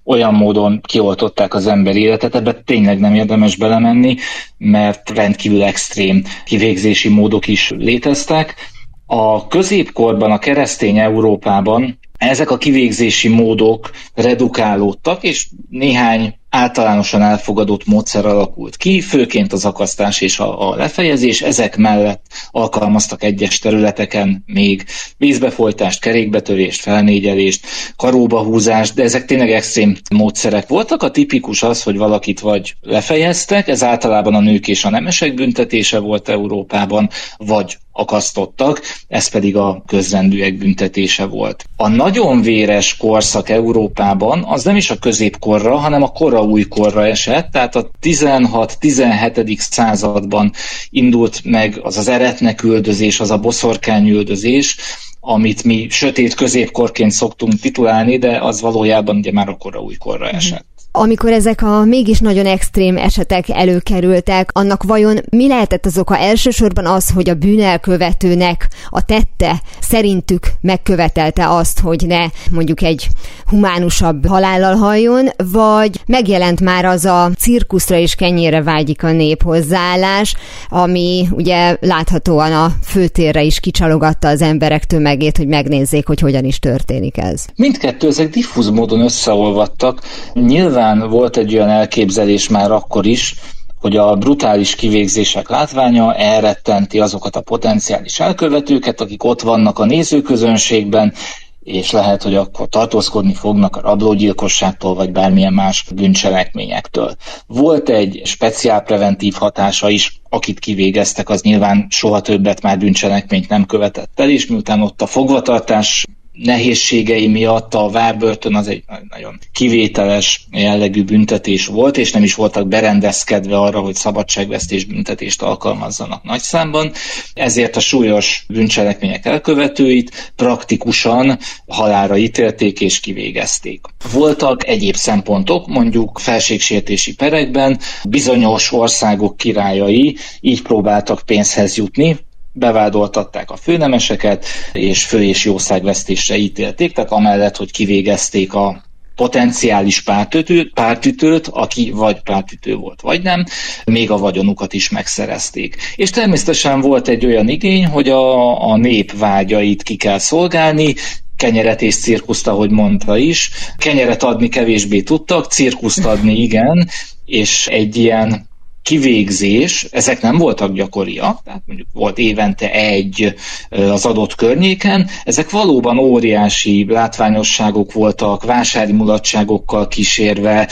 olyan módon kioltották az ember életet, ebbe tényleg nem érdemes belemenni, mert rendkívül extrém kivégzési módok is léteztek. A középkorban, a keresztény Európában ezek a kivégzési módok redukálódtak, és néhány általánosan elfogadott módszer alakult ki, főként az akasztás és a, a lefejezés, ezek mellett alkalmaztak egyes területeken még vízbefolytást, kerékbetörést, felnégyelést, karóbahúzást, de ezek tényleg extrém módszerek voltak. A tipikus az, hogy valakit vagy lefejeztek, ez általában a nők és a nemesek büntetése volt Európában, vagy akasztottak, ez pedig a közrendűek büntetése volt. A nagyon véres korszak Európában az nem is a középkorra, hanem a kora újkorra esett, tehát a tizenhat-tizenhetedik században indult meg az az eretneküldözés, az a boszorkányüldözés, amit mi sötét középkorként szoktunk titulálni, de az valójában ugye már a kora újkorra esett. Amikor ezek a mégis nagyon extrém esetek előkerültek, annak vajon mi lehetett az oka? Elsősorban az, hogy a bűnelkövetőnek a tette szerintük megkövetelte azt, hogy ne mondjuk egy humánusabb halállal halljon, vagy megjelent már az a cirkuszra és kenyérre vágyik a nép hozzáállás, ami ugye láthatóan a főtérre is kicsalogatta az emberek tömegét, hogy megnézzék, hogy hogyan is történik ez. Mindkettő ezek diffúz módon összeolvadtak. Nyilván volt egy olyan elképzelés már akkor is, hogy a brutális kivégzések látványa elrettenti azokat a potenciális elkövetőket, akik ott vannak a nézőközönségben, és lehet, hogy akkor tartózkodni fognak a rablógyilkosságtól, vagy bármilyen más bűncselekményektől. Volt egy speciálpreventív hatása is, akit kivégeztek, az nyilván soha többet már bűncselekményt nem követett el, és miután ott a fogvatartás nehézségei miatt a várbörtön az egy nagyon kivételes jellegű büntetés volt, és nem is voltak berendezkedve arra, hogy szabadságvesztés büntetést alkalmazzanak nagy számban, ezért a súlyos bűncselekmények elkövetőit praktikusan halálra ítélték és kivégezték. Voltak egyéb szempontok, mondjuk felségsértési perekben bizonyos országok királyai így próbáltak pénzhez jutni, bevádoltatták a főnemeseket, és fő- és jószágvesztésre ítélték, tehát amellett, hogy kivégezték a potenciális pártütőt, pártütőt, aki vagy pártütő volt, vagy nem, még a vagyonukat is megszerezték. És természetesen volt egy olyan igény, hogy a, a nép vágyait ki kell szolgálni, kenyeret és cirkuszt, ahogy mondta is. Kenyeret adni kevésbé tudtak, cirkuszt adni igen, és egy ilyen kivégzés, ezek nem voltak gyakoriak, tehát mondjuk volt évente egy az adott környéken, ezek valóban óriási látványosságok voltak, vásári mulatságokkal kísérve,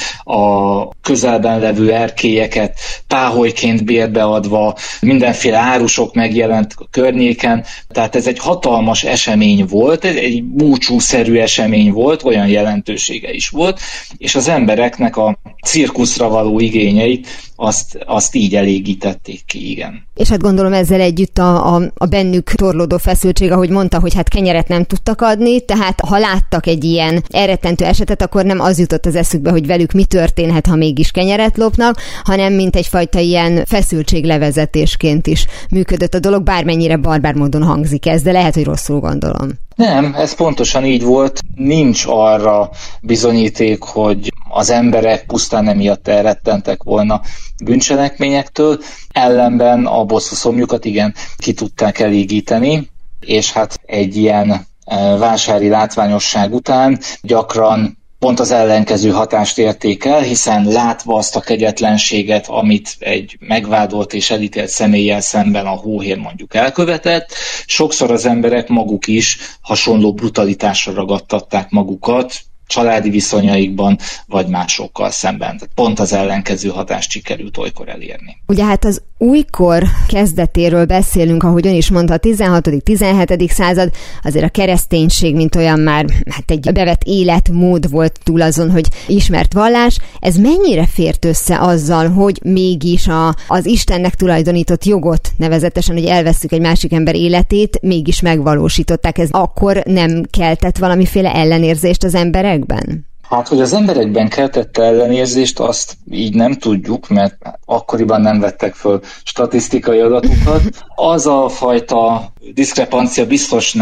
a közelben levő erkélyeket páholyként bérbeadva, mindenféle árusok megjelent a környéken, tehát ez egy hatalmas esemény volt, ez egy búcsúszerű esemény volt, olyan jelentősége is volt, és az embereknek a cirkuszra való igényeit azt, azt így elégítették ki, igen. És hát gondolom ezzel együtt a, a, a bennük torlódó feszültség, ahogy mondta, hogy hát kenyeret nem tudtak adni, tehát ha láttak egy ilyen elrettentő esetet, akkor nem az jutott az eszükbe, hogy velük mi történhet, ha mégis kenyeret lopnak, hanem mint egyfajta ilyen feszültséglevezetésként is működött a dolog, bármennyire barbár módon hangzik ez, de lehet, hogy rosszul gondolom. Nem, ez pontosan így volt. Nincs arra bizonyíték, hogy az emberek pusztán emiatt elrettentek volna bűncselekményektől, ellenben a bosszúszomjukat igen ki tudták elégíteni, és hát egy ilyen vásári látványosság után gyakran pont az ellenkező hatást érték el, hiszen látva azt a kegyetlenséget, amit egy megvádolt és elítélt személlyel szemben a hóhér mondjuk elkövetett, sokszor az emberek maguk is hasonló brutalitásra ragadtatták magukat, családi viszonyaikban, vagy másokkal szemben. Tehát pont az ellenkező hatást sikerült olykor elérni. Ugye hát az újkor kezdetéről beszélünk, ahogy ön is mondta, a tizenhatodik-tizenhetedik század, azért a kereszténység, mint olyan már hát egy bevett életmód volt túl azon, hogy ismert vallás. Ez mennyire fért össze azzal, hogy mégis a, az Istennek tulajdonított jogot, nevezetesen, hogy elvesszük egy másik ember életét, mégis megvalósították. Ez akkor nem keltett valamiféle ellenérzést az emberekben? Hát, hogy az emberekben keltette ellenérzést, azt így nem tudjuk, mert akkoriban nem vettek föl statisztikai adatokat. Az a fajta diszkrepancia biztos nem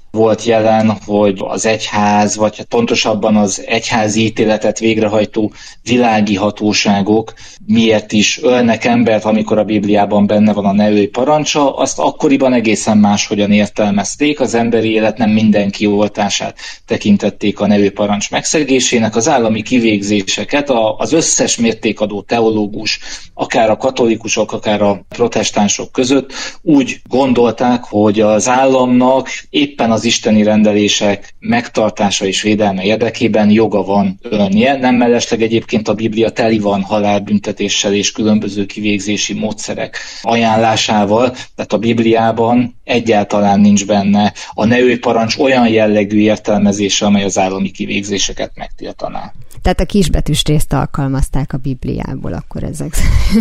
volt jelen, hogy az egyház, vagy pontosabban az egyházi ítéletet végrehajtó világi hatóságok miért is ölnek embert, amikor a Bibliában benne van a ne ölj parancsa, azt akkoriban egészen máshogyan értelmezték, az emberi élet nem mindenki oltását tekintették a ne ölj parancs megszegésének, az állami kivégzéseket az összes mértékadó teológus, akár a katolikusok, akár a protestánsok között úgy gondolták, hogy az államnak éppen az isteni rendelések megtartása és védelme érdekében joga van ölnie. Nem mellesleg egyébként a Biblia teli van halálbüntetéssel és különböző kivégzési módszerek ajánlásával, tehát a Bibliában egyáltalán nincs benne a ne ölj parancs olyan jellegű értelmezése, amely az állami kivégzéseket megtiltaná. Tehát a kisbetűs részt alkalmazták a Bibliából akkor ezek.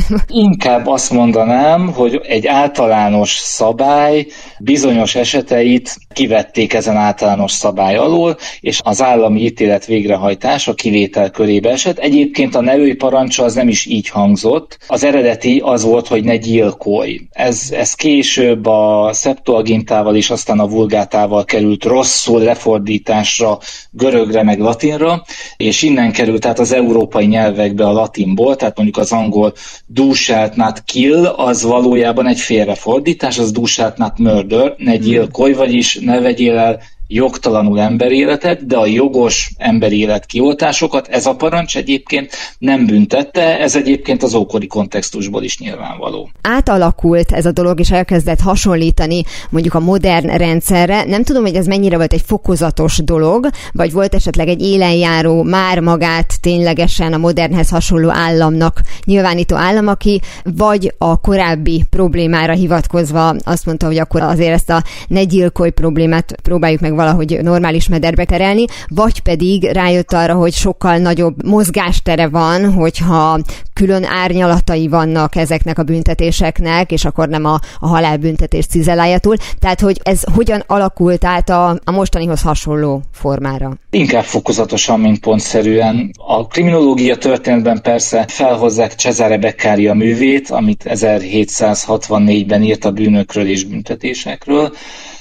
Inkább azt mondanám, hogy egy általános szabály bizonyos eseteit kivették ezen általános szabály alól, és az állami ítélet végrehajtása kivétel körébe esett. Egyébként a ne ölj parancsa az nem is így hangzott. Az eredeti az volt, hogy ne gyilkolj. Ez, ez később a Septuagintával és aztán a Vulgátával került rosszul lefordításra görögre meg latinra, és innen került át az európai nyelvekbe a latinból, tehát mondjuk az angol do shalt not kill, az valójában egy félrefordítás, az do shalt not murder, ne gyilkolj, vagyis ne vegyél el jogtalanul emberéletet, de a jogos emberi élet kioltásokat ez a parancs egyébként nem büntette, ez egyébként az ókori kontextusból is nyilvánvaló. Átalakult ez a dolog, és elkezdett hasonlítani mondjuk a modern rendszerre. Nem tudom, hogy ez mennyire volt egy fokozatos dolog, vagy volt esetleg egy élenjáró, már magát ténylegesen a modernhez hasonló államnak nyilvánító állam, aki vagy a korábbi problémára hivatkozva azt mondta, hogy akkor azért ezt a ne gyilkolj problémát próbáljuk meg valahogy normális mederbe terelni, vagy pedig rájött arra, hogy sokkal nagyobb mozgástere van, hogyha külön árnyalatai vannak ezeknek a büntetéseknek, és akkor nem a, a halálbüntetés cizelálja túl. Tehát, hogy ez hogyan alakult át a, a mostanihoz hasonló formára? Inkább fokozatosan, mint pontszerűen. A kriminológia történetben persze felhozzák Cesare Beccaria művét, amit ezerhétszázhatvannégyben írt a bűnökről és büntetésekről,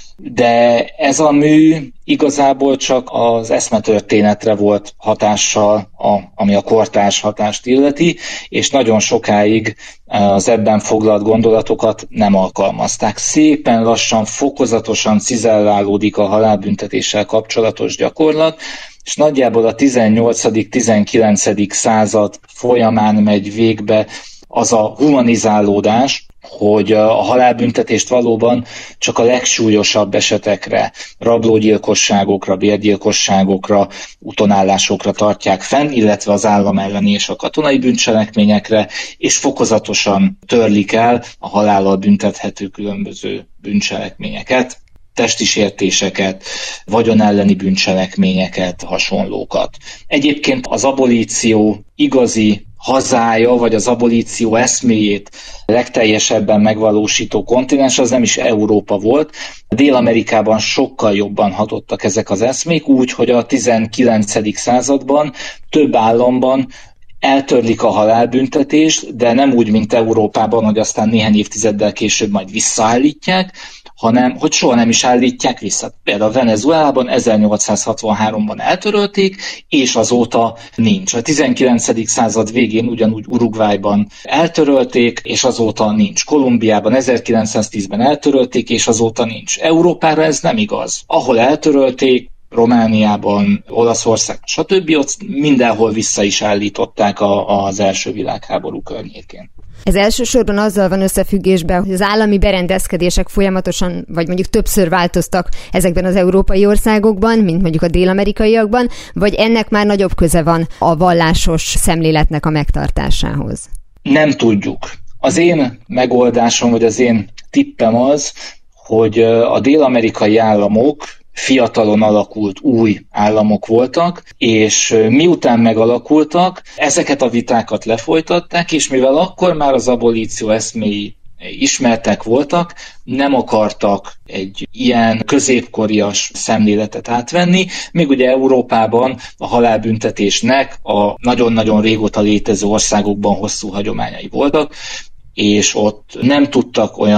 de ez a mű igazából csak az eszmetörténetre volt hatással, a, ami a kortárs hatást illeti, és nagyon sokáig az ebben foglalt gondolatokat nem alkalmazták. Szépen lassan, fokozatosan cizellálódik a halálbüntetéssel kapcsolatos gyakorlat, és nagyjából a tizennyolcadik-tizenkilencedik század folyamán megy végbe az a humanizálódás, hogy a halálbüntetést valóban csak a legsúlyosabb esetekre, rablógyilkosságokra, bérgyilkosságokra, utonállásokra tartják fenn, illetve az állam elleni és a katonai bűncselekményekre, és fokozatosan törlik el a halállal büntethető különböző bűncselekményeket, testi sértéseket, vagyon elleni bűncselekményeket, hasonlókat. Egyébként az abolíció igazi hazája, vagy az abolíció eszméjét legteljesebben megvalósító kontinens az nem is Európa volt. Dél-Amerikában sokkal jobban hatottak ezek az eszmék, úgy, hogy a tizenkilencedik században több államban eltörlik a halálbüntetést, de nem úgy, mint Európában, hogy aztán néhány évtizeddel később majd visszaállítják, hanem hogy soha nem is állítják vissza. Például Venezuelában ezernyolcszázhatvanháromban eltörölték, és azóta nincs. A tizenkilencedik század végén ugyanúgy Uruguayban eltörölték, és azóta nincs. Kolumbiában ezerkilencszáztízben eltörölték, és azóta nincs. Európára ez nem igaz. Ahol eltörölték, Romániában, Olaszország, stb. Ott mindenhol vissza is állították a, az első világháború környékén. Ez elsősorban azzal van összefüggésben, hogy az állami berendezkedések folyamatosan, vagy mondjuk többször változtak ezekben az európai országokban, mint mondjuk a dél-amerikaiakban, vagy ennek már nagyobb köze van a vallásos szemléletnek a megtartásához? Nem tudjuk. Az én megoldásom, vagy az én tippem az, hogy a dél-amerikai államok fiatalon alakult új államok voltak, és miután megalakultak, ezeket a vitákat lefolytatták, és mivel akkor már az abolíció eszméi ismertek voltak, nem akartak egy ilyen középkorias szemléletet átvenni, még ugye Európában a halálbüntetésnek a nagyon-nagyon régóta létező országokban hosszú hagyományai voltak, és ott nem tudtak olyan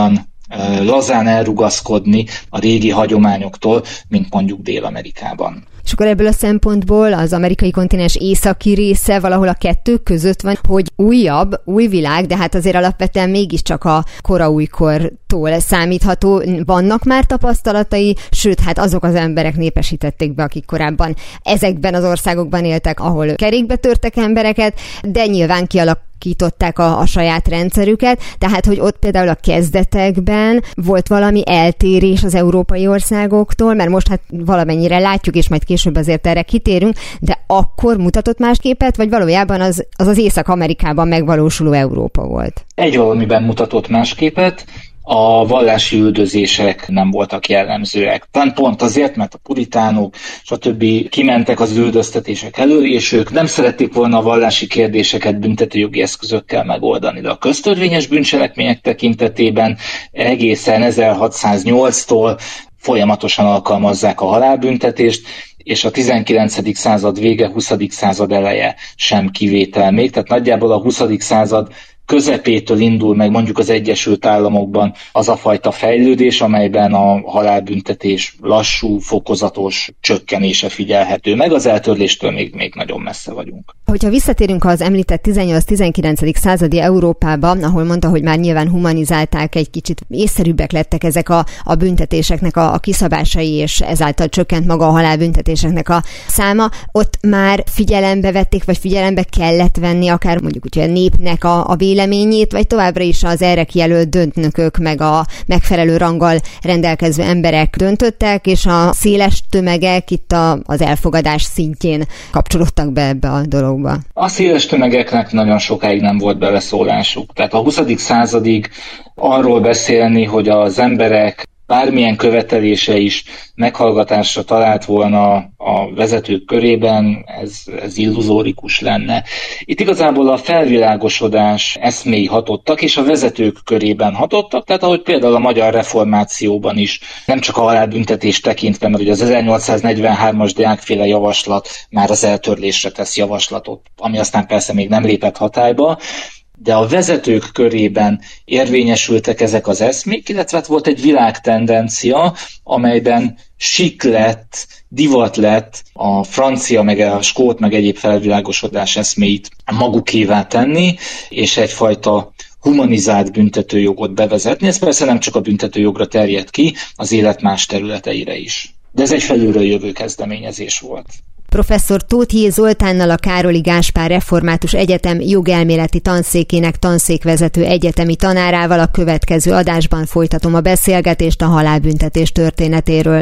lazán elrugaszkodni a régi hagyományoktól, mint mondjuk Dél-Amerikában. És akkor ebből a szempontból az amerikai kontinens északi része valahol a kettő között van, hogy újabb, új világ, de hát azért alapvetően mégiscsak a kora újkortól számítható. Vannak már tapasztalatai, sőt, hát azok az emberek népesítették be, akik korábban ezekben az országokban éltek, ahol kerékbe törtek embereket, de nyilván kialakították Kitották a, a saját rendszerüket, tehát hogy ott például a kezdetekben volt valami eltérés az európai országoktól, mert most hát valamennyire látjuk, és majd később azért erre kitérünk, de akkor mutatott más képet, vagy valójában az az, az Észak-Amerikában megvalósuló Európa volt? Egy valamiben mutatott más képet, a vallási üldözések nem voltak jellemzőek. Talán pont azért, mert a puritánok, stb. Kimentek az üldöztetések elől, és ők nem szerették volna a vallási kérdéseket büntetőjogi eszközökkel megoldani. De a köztörvényes bűncselekmények tekintetében egészen ezerhatszáznyolctól folyamatosan alkalmazzák a halálbüntetést, és a tizenkilencedik század vége, huszadik század eleje sem kivétel még. Tehát nagyjából a huszadik század közepétől indul meg mondjuk az Egyesült Államokban az a fajta fejlődés, amelyben a halálbüntetés lassú, fokozatos csökkenése figyelhető meg, az eltörléstől még, még nagyon messze vagyunk. Hogyha visszatérünk az említett tizennyolc-tizenkilencedik századi Európába, ahol mondta, hogy már nyilván humanizálták, egy kicsit észszerűbbek lettek ezek a, a büntetéseknek a, a kiszabásai, és ezáltal csökkent maga a halálbüntetéseknek a száma, ott már figyelembe vették, vagy figyelembe kellett venni akár mondjuk úgy, a népnek a, a véleményét, vagy továbbra is az erre kijelölt döntnökök, meg a megfelelő ranggal rendelkező emberek döntöttek, és a széles tömegek itt a, az elfogadás szintjén kapcsolódtak be ebbe a dologba. A széles tömegeknek nagyon sokáig nem volt beleszólásuk. Tehát a huszadik századig arról beszélni, hogy az emberek bármilyen követelése is meghallgatásra talált volna a vezetők körében, ez, ez illuzórikus lenne. Itt igazából a felvilágosodás eszméi hatottak, és a vezetők körében hatottak, tehát ahogy például a magyar reformációban is, nem csak a halálbüntetést tekintve, mert ugye az ezernyolcszáznegyvenhármas Deák-féle javaslat már az eltörlésre tesz javaslatot, ami aztán persze még nem lépett hatályba, de a vezetők körében érvényesültek ezek az eszmék, illetve volt egy világtendencia, amelyben sik lett, divat lett a francia, meg a skót, meg egyéb felvilágosodás eszméit magukévá tenni, és egyfajta humanizált büntetőjogot bevezetni. Ez persze nem csak a büntetőjogra terjed ki, az élet más területeire is. De ez egy felülről jövő kezdeményezés volt. Professzor Tóth J. Zoltánnal, a Károli Gáspár Református Egyetem jogelméleti tanszékének tanszékvezető egyetemi tanárával a következő adásban folytatom a beszélgetést a halálbüntetés történetéről.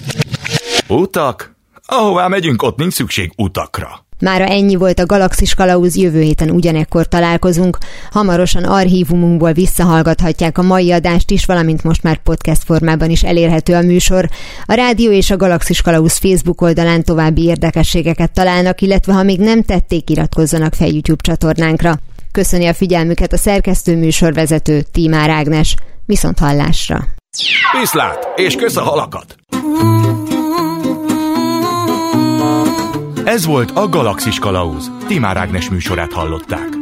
Utak? Ahová megyünk, ott nincs szükség utakra. Mára ennyi volt a Galaxis Kalauz, jövő héten ugyanekkor találkozunk. Hamarosan archívumunkból visszahallgathatják a mai adást is, valamint most már podcast formában is elérhető a műsor. A rádió és a Galaxis Kalauz Facebook oldalán további érdekességeket találnak, illetve ha még nem tették, iratkozzanak fel YouTube csatornánkra. Köszöni a figyelmüket a szerkesztő műsorvezető Tímár Ágnes. Viszont hallásra! Viszlát, és kösz a halakat! Ez volt a Galaxis Kalauz. Tímár Ágnes műsorát hallották.